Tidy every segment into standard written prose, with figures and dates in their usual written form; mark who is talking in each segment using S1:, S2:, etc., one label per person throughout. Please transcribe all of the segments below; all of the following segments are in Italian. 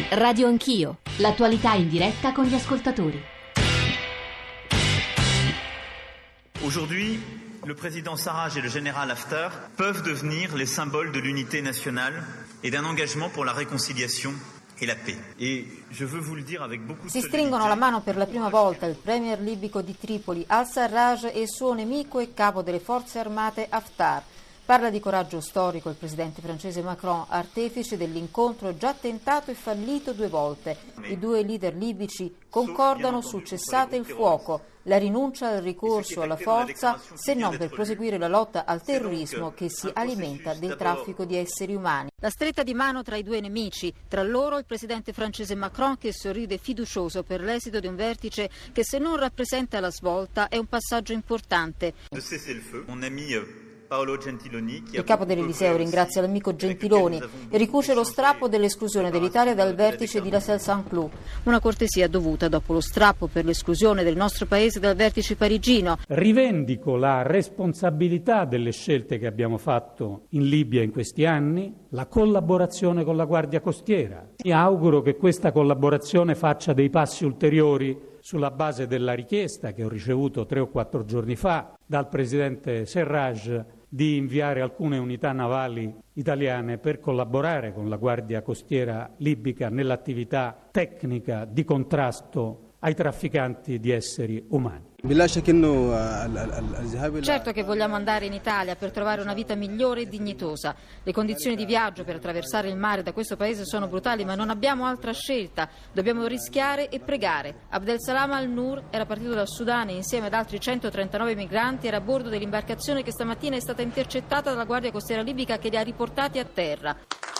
S1: Radio Anch'io, l'attualità in diretta con gli ascoltatori.
S2: Aujourd'hui, le président Sarraj et le général Haftar peuvent devenir les symboles de l'unité nationale et d'un engagement pour la réconciliation e la paix. Et je veux vous le dire avec beaucoup de
S3: Si stringono la mano per la prima volta il premier libico di Tripoli, al-Sarraj, e il suo nemico e capo delle forze armate Haftar. Parla di coraggio storico il presidente francese Macron, artefice dell'incontro già tentato e fallito 2 volte. I 2 leader libici concordano su cessate il fuoco, la rinuncia al ricorso alla forza, se non per proseguire la lotta al terrorismo che si alimenta del traffico di esseri umani. La stretta di mano tra i 2 nemici, tra loro il presidente francese Macron che sorride fiducioso per l'esito di un vertice che, se non rappresenta la svolta, è un passaggio importante. Il capo dell'Eliseo ringrazia l'amico Gentiloni e ricuce lo strappo dell'esclusione dell'Italia dal vertice di La Celle-Saint-Cloud. Una cortesia dovuta dopo lo strappo per l'esclusione del nostro paese dal vertice parigino.
S4: Rivendico la responsabilità delle scelte che abbiamo fatto in Libia in questi anni, la collaborazione con la Guardia Costiera. Mi auguro che questa collaborazione faccia dei passi ulteriori sulla base della richiesta che ho ricevuto 3 o 4 giorni fa dal presidente Sarraj di inviare alcune unità navali italiane per collaborare con la Guardia Costiera libica nell'attività tecnica di contrasto ai trafficanti di esseri umani.
S3: Certo che vogliamo andare in Italia per trovare una vita migliore e dignitosa. Le condizioni di viaggio per attraversare il mare da questo paese sono brutali, ma non abbiamo altra scelta. Dobbiamo rischiare e pregare. Abdel-Salam al-Nur era partito dal Sudan e insieme ad altri 139 migranti era a bordo dell'imbarcazione che stamattina è stata intercettata dalla Guardia Costiera libica che li ha riportati a terra.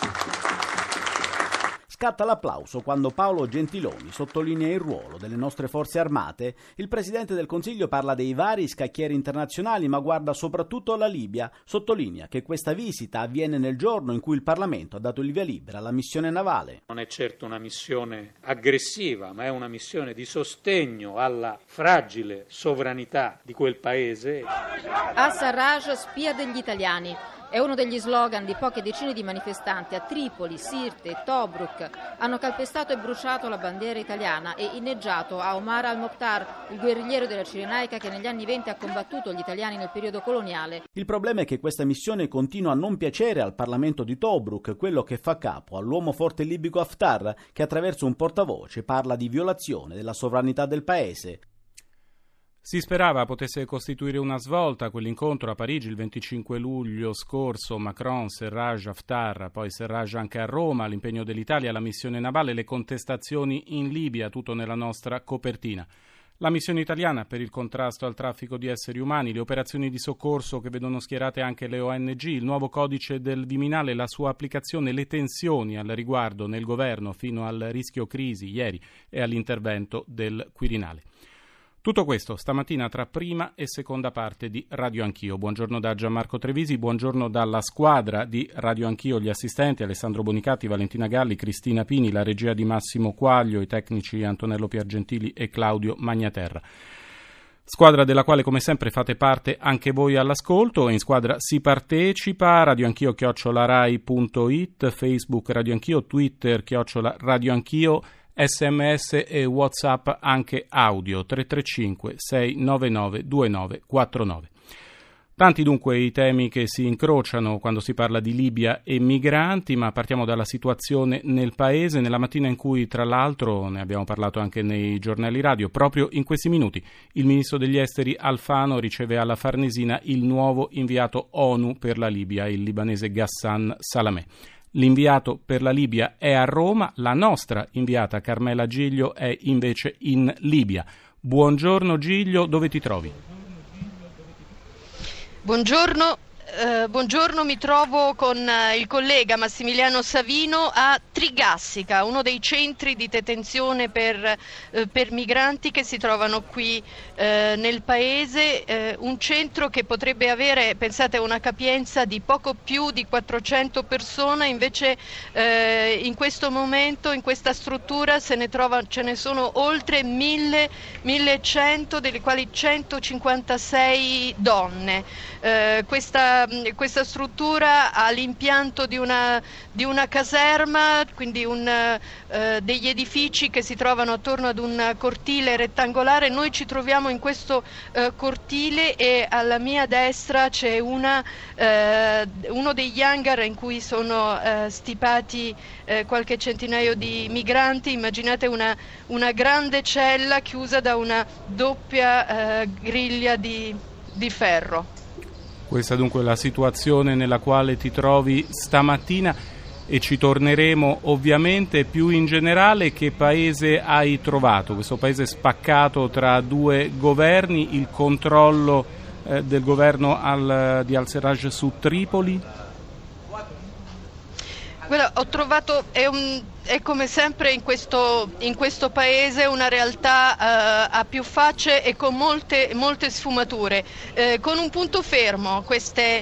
S5: Scatta l'applauso quando Paolo Gentiloni sottolinea il ruolo delle nostre forze armate. Il Presidente del Consiglio parla dei vari scacchieri internazionali, ma guarda soprattutto alla Libia. Sottolinea che questa visita avviene nel giorno in cui il Parlamento ha dato il via libera alla missione navale.
S6: Non è certo una missione aggressiva, ma è una missione di sostegno alla fragile sovranità di quel paese.
S3: Al-Sarraj, spia degli italiani. È uno degli slogan di poche decine di manifestanti a Tripoli, Sirte e Tobruk. Hanno calpestato e bruciato la bandiera italiana e inneggiato a Omar al-Mokhtar, il guerrigliero della Cirenaica che negli anni 20 ha combattuto gli italiani nel periodo coloniale.
S5: Il problema è che questa missione continua a non piacere al Parlamento di Tobruk, quello che fa capo all'uomo forte libico Haftar, che attraverso un portavoce parla di violazione della sovranità del paese.
S7: Si sperava potesse costituire una svolta quell'incontro a Parigi il 25 luglio scorso, Macron, Sarraj, Haftar, poi Sarraj anche a Roma, l'impegno dell'Italia, la missione navale, le contestazioni in Libia, tutto nella nostra copertina. La missione italiana per il contrasto al traffico di esseri umani, le operazioni di soccorso che vedono schierate anche le ONG, il nuovo codice del Viminale, la sua applicazione, le tensioni al riguardo nel governo fino al rischio crisi ieri e all'intervento del Quirinale. Tutto questo stamattina tra prima e seconda parte di Radio Anch'io. Buongiorno da Gianmarco Trevisi, buongiorno dalla squadra di Radio Anch'io, gli assistenti Alessandro Bonicati, Valentina Galli, Cristina Pini, la regia di Massimo Quaglio, i tecnici Antonello Piergentili e Claudio Magnaterra. Squadra della quale come sempre fate parte anche voi all'ascolto, e in squadra si partecipa, radioanchio@rai.it, Facebook Radio Anch'io, Twitter @Radio Anch'io, SMS e WhatsApp anche audio 335 699 2949. Tanti dunque i temi che si incrociano quando si parla di Libia e migranti, ma partiamo dalla situazione nel paese, nella mattina in cui tra l'altro, ne abbiamo parlato anche nei giornali radio, proprio in questi minuti il ministro degli esteri Alfano riceve alla Farnesina il nuovo inviato ONU per la Libia, il libanese Ghassan Salamé. L'inviato per la Libia è a Roma, la nostra inviata Carmela Giglio è invece in Libia. Buongiorno Giglio, dove ti trovi?
S8: Buongiorno, mi trovo con il collega Massimiliano Savino a Trigassica, uno dei centri di detenzione per migranti che si trovano qui nel paese, un centro che potrebbe avere, pensate, una capienza di poco più di 400 persone, invece in questo momento in questa struttura ce ne sono oltre 1100, delle quali 156 donne. Questa questa struttura ha l'impianto di una caserma, quindi degli edifici che si trovano attorno ad un cortile rettangolare. Noi ci troviamo in questo cortile e alla mia destra c'è uno degli hangar in cui sono stipati qualche centinaio di migranti. Immaginate una grande cella chiusa da una doppia griglia di ferro.
S7: Questa dunque è la situazione nella quale ti trovi stamattina e ci torneremo ovviamente. Più in generale, che paese hai trovato? Questo paese spaccato tra due governi, il controllo del governo di al-Serraj su Tripoli?
S8: Guarda, ho trovato, è come sempre in questo paese una realtà a più facce e con molte sfumature, con un punto fermo, queste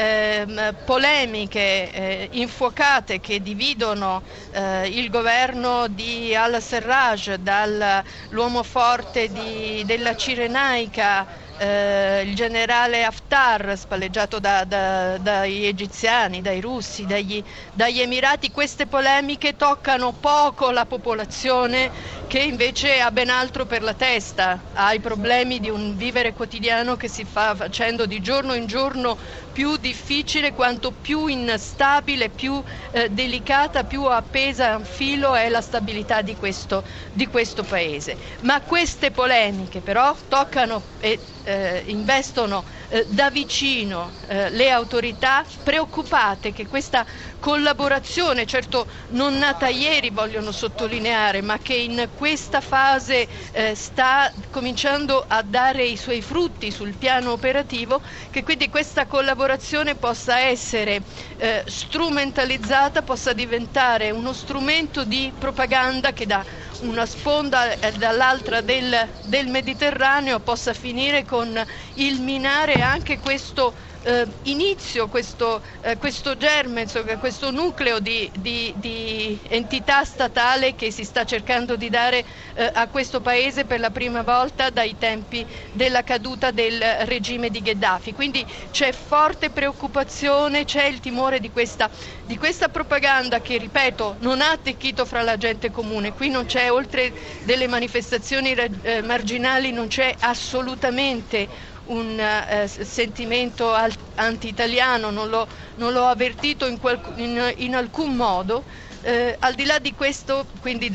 S8: polemiche infuocate che dividono il governo di al-Serraj dall'uomo forte della Cirenaica, il generale Haftar, spalleggiato dagli egiziani, dai russi, dagli emirati. Queste polemiche toccano poco la popolazione, che invece ha ben altro per la testa, ha i problemi di un vivere quotidiano che si fa facendo di giorno in giorno più difficile, quanto più instabile, più delicata, più appesa a un filo è la stabilità di questo paese. Ma queste polemiche però toccano e investono da vicino le autorità, preoccupate che questa collaborazione, certo non nata ieri, vogliono sottolineare, ma che in questa fase sta cominciando a dare i suoi frutti sul piano operativo, che quindi questa collaborazione possa essere strumentalizzata, possa diventare uno strumento di propaganda che da una sponda e dall'altra del Mediterraneo possa finire con il minare anche questo inizio, questo germe, insomma, questo nucleo di entità statale che si sta cercando di dare a questo paese per la prima volta dai tempi della caduta del regime di Gheddafi. Quindi c'è forte preoccupazione, c'è il timore di questa propaganda che, ripeto, non ha attecchito fra la gente comune. Qui non c'è, oltre delle manifestazioni marginali, non c'è assolutamente un sentimento anti-italiano, non l'ho avvertito in alcun modo. Al di là di questo, quindi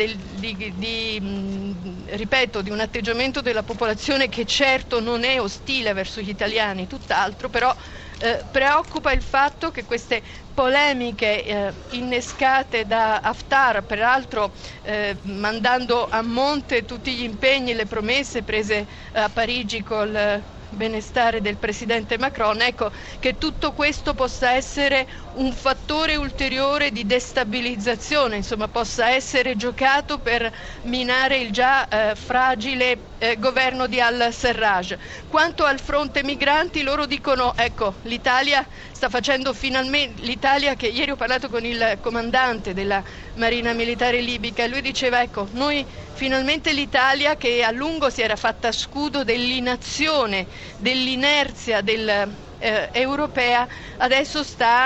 S8: ripeto, di un atteggiamento della popolazione che certo non è ostile verso gli italiani, tutt'altro, però preoccupa il fatto che queste polemiche innescate da Haftar, peraltro mandando a monte tutti gli impegni e le promesse prese a Parigi col benestare del presidente Macron, ecco, che tutto questo possa essere un fattore ulteriore di destabilizzazione, insomma possa essere giocato per minare il già fragile governo di al-Serraj. Quanto al fronte migranti, loro dicono, ecco, l'Italia sta facendo finalmente, l'Italia, che ieri ho parlato con il comandante della Marina Militare Libica e lui diceva, ecco, noi finalmente l'Italia, che a lungo si era fatta scudo dell'inazione, dell'inerzia europea, adesso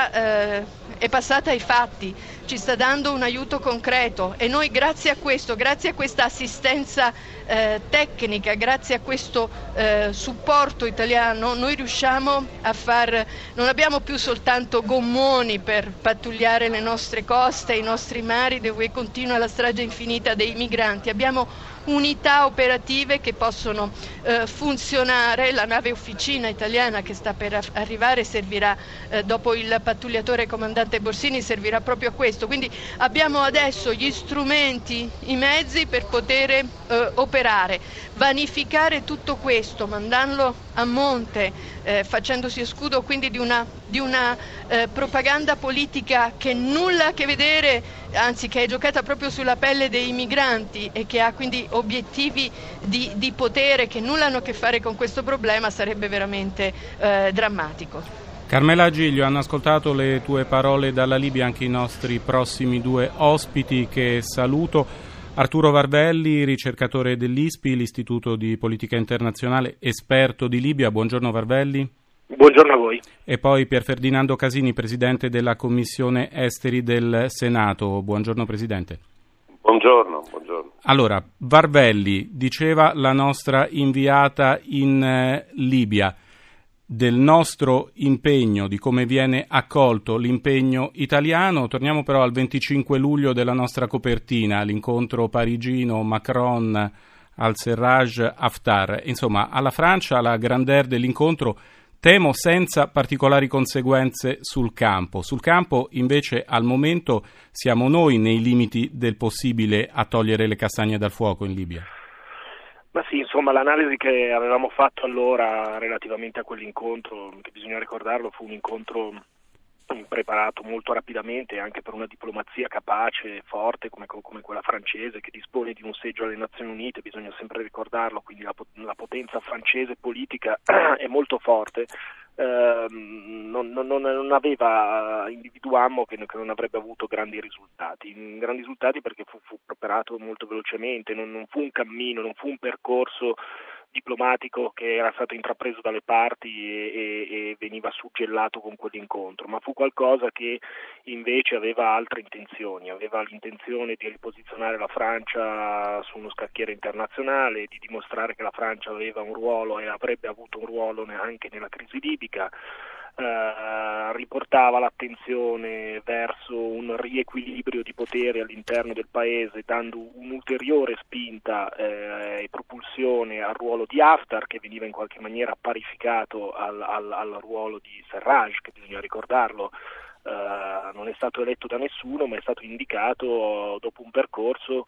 S8: è passata ai fatti, ci sta dando un aiuto concreto e noi grazie a questo, grazie a questa assistenza tecnica, grazie a questo supporto italiano, noi riusciamo non abbiamo più soltanto gommoni per pattugliare le nostre coste, i nostri mari dove continua la strage infinita dei migranti, abbiamo unità operative che possono funzionare. La nave officina italiana che sta per arrivare servirà, dopo il pattugliatore comandante Borsini, servirà proprio a questo. Quindi abbiamo adesso gli strumenti, i mezzi per poter operare, vanificare tutto questo, mandarlo a monte, facendosi scudo quindi di una propaganda politica che nulla a che vedere, anzi che è giocata proprio sulla pelle dei migranti e che ha quindi obiettivi di potere che nulla hanno a che fare con questo problema, sarebbe veramente drammatico.
S7: Carmela Giglio, hanno ascoltato le tue parole dalla Libia anche i nostri prossimi due ospiti che saluto. Arturo Varvelli, ricercatore dell'ISPI, l'Istituto di Politica Internazionale, esperto di Libia. Buongiorno Varvelli.
S9: Buongiorno a voi.
S7: E poi Pier Ferdinando Casini, Presidente della Commissione Esteri del Senato. Buongiorno Presidente.
S10: Buongiorno.
S7: Allora, Varvelli, diceva la nostra inviata in Libia, del nostro impegno, di come viene accolto l'impegno italiano. Torniamo però al 25 luglio della nostra copertina, l'incontro parigino Macron al-Serraj Haftar. Insomma, alla Francia la grandeur dell'incontro, temo senza particolari conseguenze sul campo. Sul campo invece al momento siamo noi nei limiti del possibile a togliere le castagne dal fuoco in Libia.
S9: Ma sì, insomma, l'analisi che avevamo fatto allora relativamente a quell'incontro, che bisogna ricordarlo, fu un incontro preparato molto rapidamente anche per una diplomazia capace, forte come quella francese, che dispone di un seggio alle Nazioni Unite, bisogna sempre ricordarlo, quindi la potenza francese politica è molto forte. Non aveva, individuammo che non avrebbe avuto grandi risultati perché fu preparato molto velocemente, non fu un cammino, non fu un percorso diplomatico che era stato intrapreso dalle parti e veniva suggellato con quell'incontro, ma fu qualcosa che invece aveva altre intenzioni, aveva l'intenzione di riposizionare la Francia su uno scacchiere internazionale, di dimostrare che la Francia aveva un ruolo e avrebbe avuto un ruolo anche nella crisi libica. Riportava l'attenzione verso un riequilibrio di potere all'interno del paese, dando un'ulteriore spinta e propulsione al ruolo di Haftar, che veniva in qualche maniera parificato al ruolo di Serraj, che bisogna ricordarlo non è stato eletto da nessuno, ma è stato indicato dopo un percorso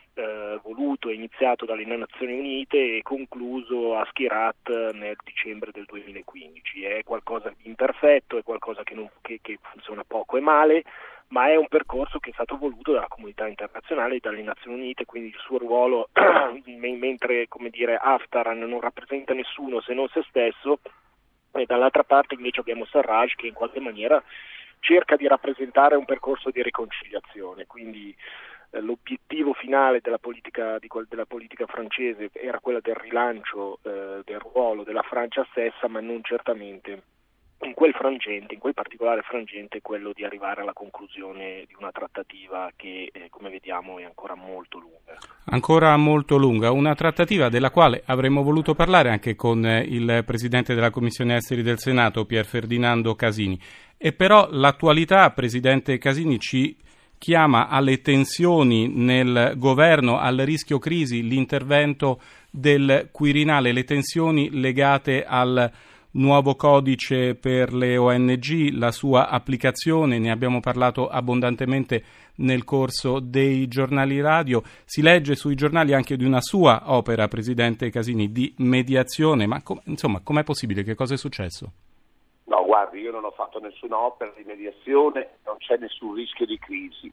S9: voluto e iniziato dalle Nazioni Unite e concluso a Skhirat nel dicembre del 2015. È qualcosa di imperfetto, è qualcosa che funziona poco e male, ma è un percorso che è stato voluto dalla comunità internazionale e dalle Nazioni Unite, quindi il suo ruolo, mentre Haftar non rappresenta nessuno se non se stesso, e dall'altra parte invece abbiamo Serraj che in qualche maniera cerca di rappresentare un percorso di riconciliazione, quindi l'obiettivo finale della politica francese era quella del rilancio del ruolo della Francia stessa, ma non certamente in quel particolare frangente, quello di arrivare alla conclusione di una trattativa che, come vediamo, è ancora molto lunga.
S7: Ancora molto lunga, una trattativa della quale avremmo voluto parlare anche con il Presidente della Commissione Esteri del Senato, Pier Ferdinando Casini. E però l'attualità, Presidente Casini, ci chiama alle tensioni nel governo, al rischio crisi, l'intervento del Quirinale, le tensioni legate al nuovo codice per le ONG, la sua applicazione, ne abbiamo parlato abbondantemente nel corso dei giornali radio. Si legge sui giornali anche di una sua opera, Presidente Casini, di mediazione, ma com'è possibile? Che cosa è successo?
S10: No, guardi, io non ho fatto nessuna opera di mediazione, non c'è nessun rischio di crisi,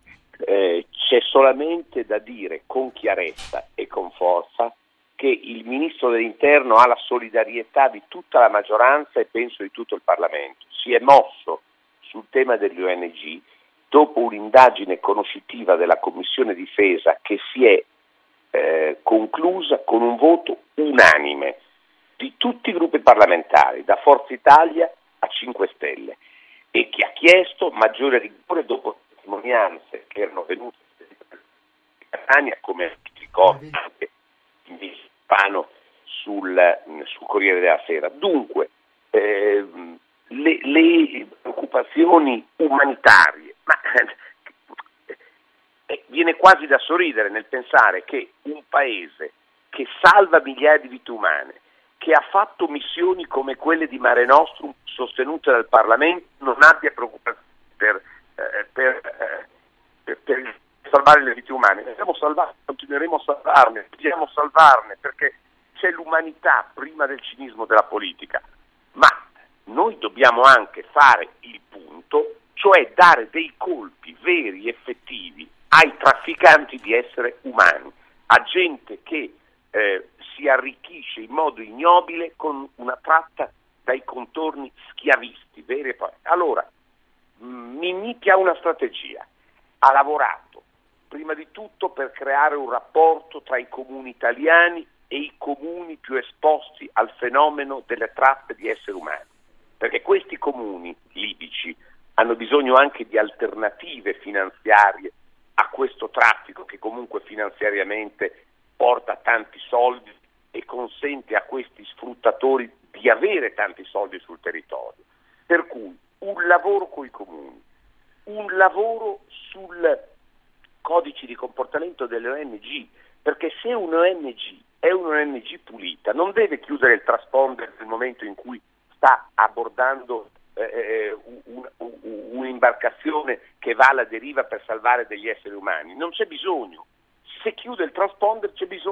S10: c'è solamente da dire con chiarezza e con forza che il Ministro dell'Interno ha la solidarietà di tutta la maggioranza e penso di tutto il Parlamento. Si è mosso sul tema delle ONG dopo un'indagine conoscitiva della Commissione Difesa che si è conclusa con un voto unanime di tutti i gruppi parlamentari, da Forza Italia a 5 Stelle, e che ha chiesto maggiore rigore dopo testimonianze che erano venute in Catania, come ricorda anche in Spano sul Corriere della Sera. Dunque le preoccupazioni umanitarie, ma viene quasi da sorridere nel pensare che un paese che salva migliaia di vite umane, che ha fatto missioni come quelle di Mare Nostrum sostenute dal Parlamento, non abbia preoccupazioni per salvare le vite umane. Dobbiamo salvarne, continueremo a salvarne, dobbiamo salvarne, perché c'è l'umanità prima del cinismo della politica. Ma noi dobbiamo anche fare il punto, cioè dare dei colpi veri, effettivi ai trafficanti di esseri umani, a gente che si arricchisce in modo ignobile con una tratta dai contorni schiavisti veri e propri. Allora, Minniti ha una strategia, ha lavorato prima di tutto per creare un rapporto tra i comuni italiani e i comuni più esposti al fenomeno delle tratte di esseri umani. perché questi comuni libici hanno bisogno anche di alternative finanziarie a questo traffico che comunque finanziariamente porta tanti soldi e consente a questi sfruttatori di avere tanti soldi sul territorio. Per cui un lavoro coi comuni, un lavoro sul codice di comportamento delle ONG, perché se un-ONG è un-ONG pulita, non deve chiudere il transponder nel momento in cui sta abbordando un'imbarcazione che va alla deriva per salvare degli esseri umani. Non c'è bisogno. Se chiude il transponder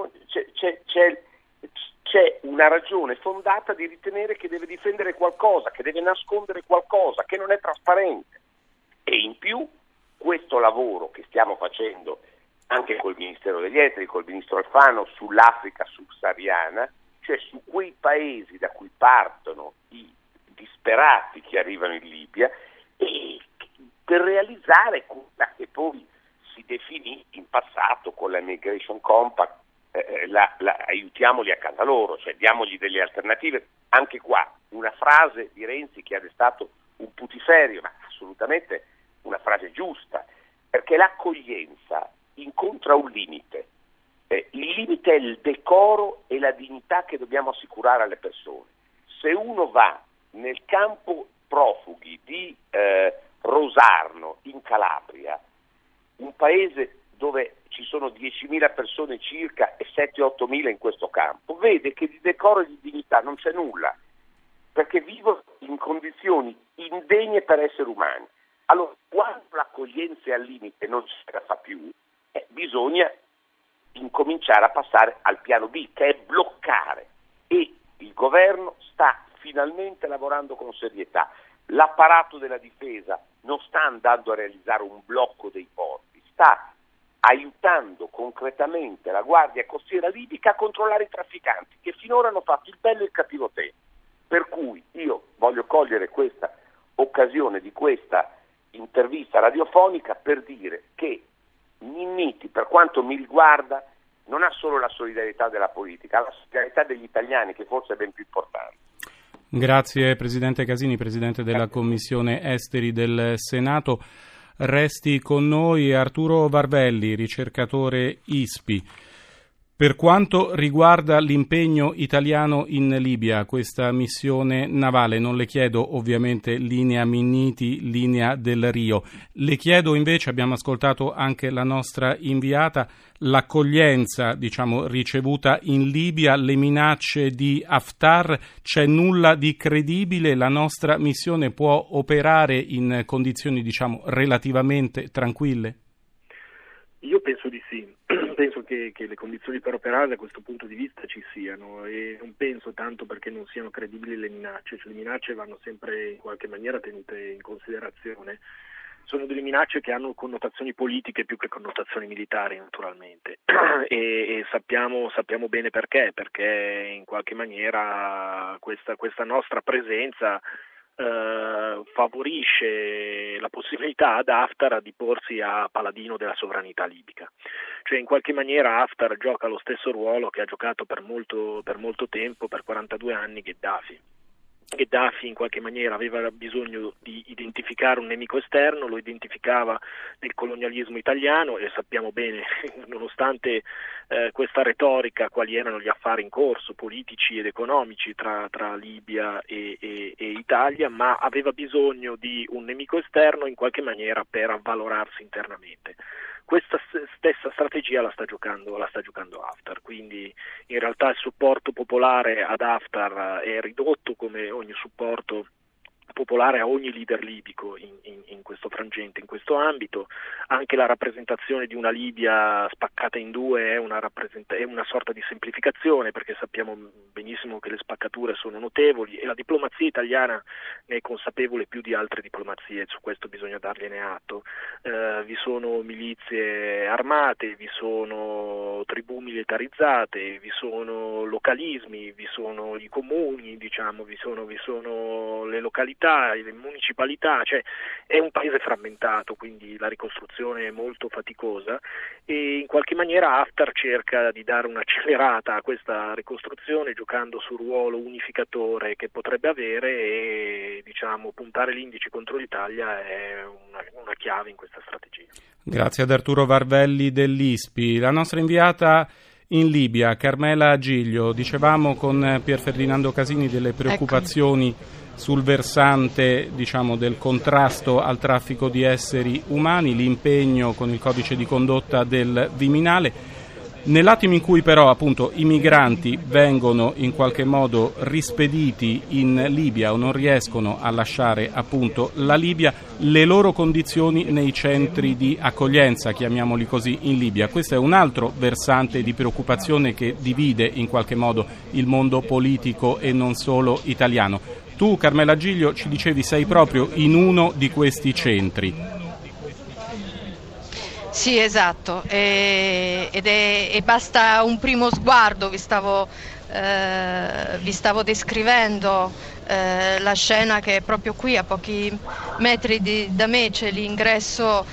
S10: c'è una ragione fondata di ritenere che deve difendere qualcosa, che deve nascondere qualcosa, che non è trasparente. E in più questo lavoro che stiamo facendo anche col Ministero degli Esteri, col Ministro Alfano, sull'Africa subsahariana, cioè su quei paesi da cui partono i disperati che arrivano in Libia, e per realizzare quella che poi si definì in passato con la Migration Compact, aiutiamoli a casa loro, cioè diamogli delle alternative. Anche qua una frase di Renzi che ha destato un putiferio, ma assolutamente una frase giusta, perché l'accoglienza incontra un limite. Il limite è il decoro e la dignità che dobbiamo assicurare alle persone. Se uno va nel campo profughi di Rosarno in Calabria, un paese dove ci sono 10.000 persone circa e 7-8.000 in questo campo, vede che di decoro e di dignità non c'è nulla, perché vivono in condizioni indegne per esseri umani. Allora, quando l'accoglienza è al limite non ce la fa più, bisogna incominciare a passare al piano B, che è bloccare, e il governo sta finalmente lavorando con serietà. L'apparato della difesa non sta andando a realizzare un blocco dei porti, sta aiutando concretamente la Guardia Costiera libica a controllare i trafficanti, che finora hanno fatto il bello e il cattivo tempo. Per cui io voglio cogliere questa occasione di questa intervista radiofonica per dire che Minniti, per quanto mi riguarda, non ha solo la solidarietà della politica, ha la solidarietà degli italiani, che forse è ben più importante.
S7: Grazie Presidente Casini, Presidente della Commissione Esteri del Senato. Resti con noi Arturo Varvelli, ricercatore ISPI. Per quanto riguarda l'impegno italiano in Libia, questa missione navale, non le chiedo ovviamente linea Minniti, linea Del Rio, le chiedo invece, abbiamo ascoltato anche la nostra inviata, l'accoglienza ricevuta in Libia, le minacce di Haftar, c'è nulla di credibile, la nostra missione può operare in condizioni relativamente tranquille?
S9: Io penso di sì, penso che le condizioni per operare da questo punto di vista ci siano, e non penso tanto perché non siano credibili le minacce, cioè le minacce vanno sempre in qualche maniera tenute in considerazione, sono delle minacce che hanno connotazioni politiche più che connotazioni militari naturalmente e sappiamo bene perché in qualche maniera questa nostra presenza favorisce la possibilità ad Haftar di porsi a paladino della sovranità libica, cioè in qualche maniera Haftar gioca lo stesso ruolo che ha giocato per molto tempo, per 42 anni, Gheddafi in qualche maniera aveva bisogno di identificare un nemico esterno, lo identificava nel colonialismo italiano, e sappiamo bene, nonostante questa retorica, quali erano gli affari in corso politici ed economici tra Libia e Italia, ma aveva bisogno di un nemico esterno in qualche maniera per avvalorarsi internamente. Questa stessa strategia la sta giocando Haftar, quindi in realtà il supporto popolare ad Haftar è ridotto come ogni supporto popolare a ogni leader libico in questo frangente, in questo ambito. Anche la rappresentazione di una Libia spaccata in due è una sorta di semplificazione, perché sappiamo benissimo che le spaccature sono notevoli e la diplomazia italiana ne è consapevole più di altre diplomazie, su questo bisogna dargliene atto. Vi sono milizie armate, vi sono tribù militarizzate, vi sono localismi, vi sono i comuni, vi sono le località, le municipalità, cioè è un paese frammentato, quindi la ricostruzione è molto faticosa e in qualche maniera Haftar cerca di dare un'accelerata a questa ricostruzione giocando sul ruolo unificatore che potrebbe avere e puntare l'indice contro l'Italia è una chiave in questa strategia.
S7: Grazie ad Arturo Varvelli dell'ISPI. La nostra inviata in Libia, Carmela Giglio, dicevamo con Pier Ferdinando Casini delle preoccupazioni sul versante del contrasto al traffico di esseri umani, l'impegno con il codice di condotta del Viminale. Nell'attimo in cui però appunto i migranti vengono in qualche modo rispediti in Libia o non riescono a lasciare appunto la Libia, le loro condizioni nei centri di accoglienza, chiamiamoli così, in Libia. Questo è un altro versante di preoccupazione che divide in qualche modo il mondo politico e non solo italiano. Tu, Carmela Giglio, ci dicevi sei proprio in uno di questi centri.
S8: Sì, esatto, e basta un primo sguardo, vi stavo descrivendo la scena che è proprio qui a pochi metri da me, c'è l'ingresso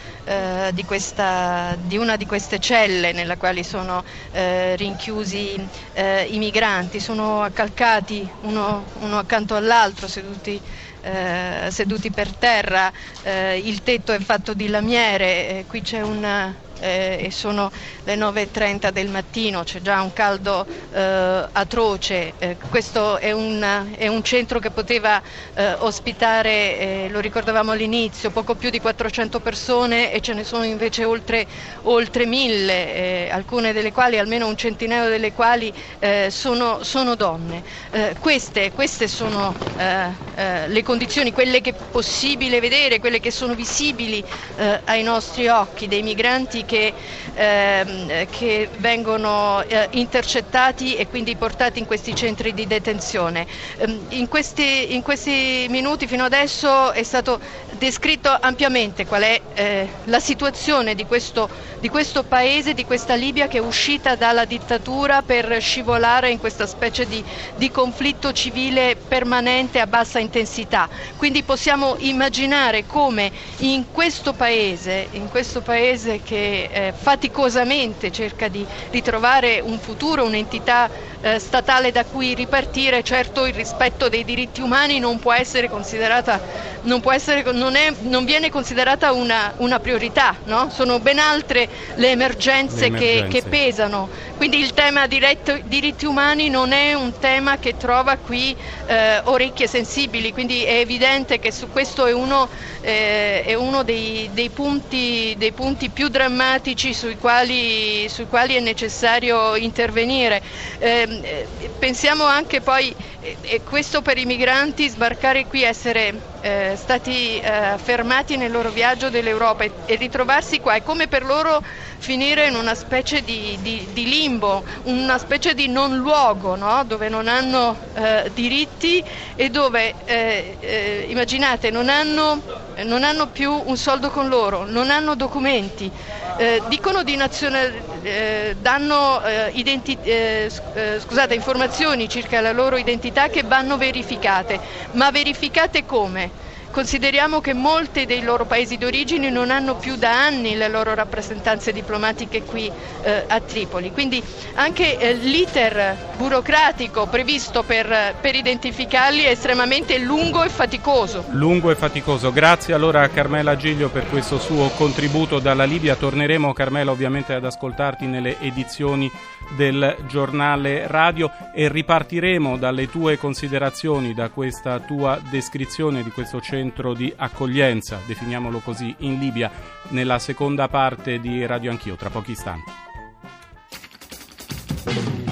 S8: di una di queste celle nella quali sono rinchiusi i migranti, sono accalcati uno accanto all'altro, seduti per terra, il tetto è fatto di lamiere, qui c'è e sono le 9:30 del mattino, c'è già un caldo atroce. Questo è un centro che poteva ospitare, lo ricordavamo all'inizio, poco più di 400 persone e ce ne sono invece oltre 1.000, alcune delle quali, almeno un centinaio delle quali sono donne. Queste sono le condizioni, quelle che è possibile vedere, quelle che sono visibili ai nostri occhi, dei migranti che vengono intercettati e quindi portati in questi centri di detenzione. In questi minuti fino adesso è stato descritto ampiamente qual è la situazione di questo paese, di questa Libia che è uscita dalla dittatura per scivolare in questa specie di conflitto civile permanente a bassa intensità. Quindi possiamo immaginare come in questo paese che faticosamente cerca di ritrovare un futuro, un'entità statale da cui ripartire, certo il rispetto dei diritti umani non viene considerata una priorità, no? Sono ben altre le emergenze che pesano, quindi il tema diritti umani non è un tema che trova qui orecchie sensibili, quindi è evidente che su questo è uno dei punti più drammatici sui quali è necessario intervenire. Pensiamo anche poi, questo per i migranti, sbarcare qui, essere stati fermati nel loro viaggio dell'Europa e ritrovarsi qua, è come per loro finire in una specie di limbo, una specie di non luogo, no? Dove non hanno diritti e dove, immaginate, non hanno più un soldo con loro, non hanno documenti, dicono danno informazioni circa la loro identità che vanno verificate, ma verificate come? Consideriamo che molti dei loro paesi d'origine non hanno più da anni le loro rappresentanze diplomatiche qui a Tripoli, quindi anche l'iter burocratico previsto per identificarli è estremamente lungo e faticoso.
S7: Grazie allora a Carmela Giglio per questo suo contributo dalla Libia. Torneremo, Carmela, ovviamente ad ascoltarti nelle edizioni del giornale radio e ripartiremo dalle tue considerazioni, da questa tua descrizione di questo centro di accoglienza, definiamolo così, in Libia, nella seconda parte di Radio Anch'io, tra pochi istanti.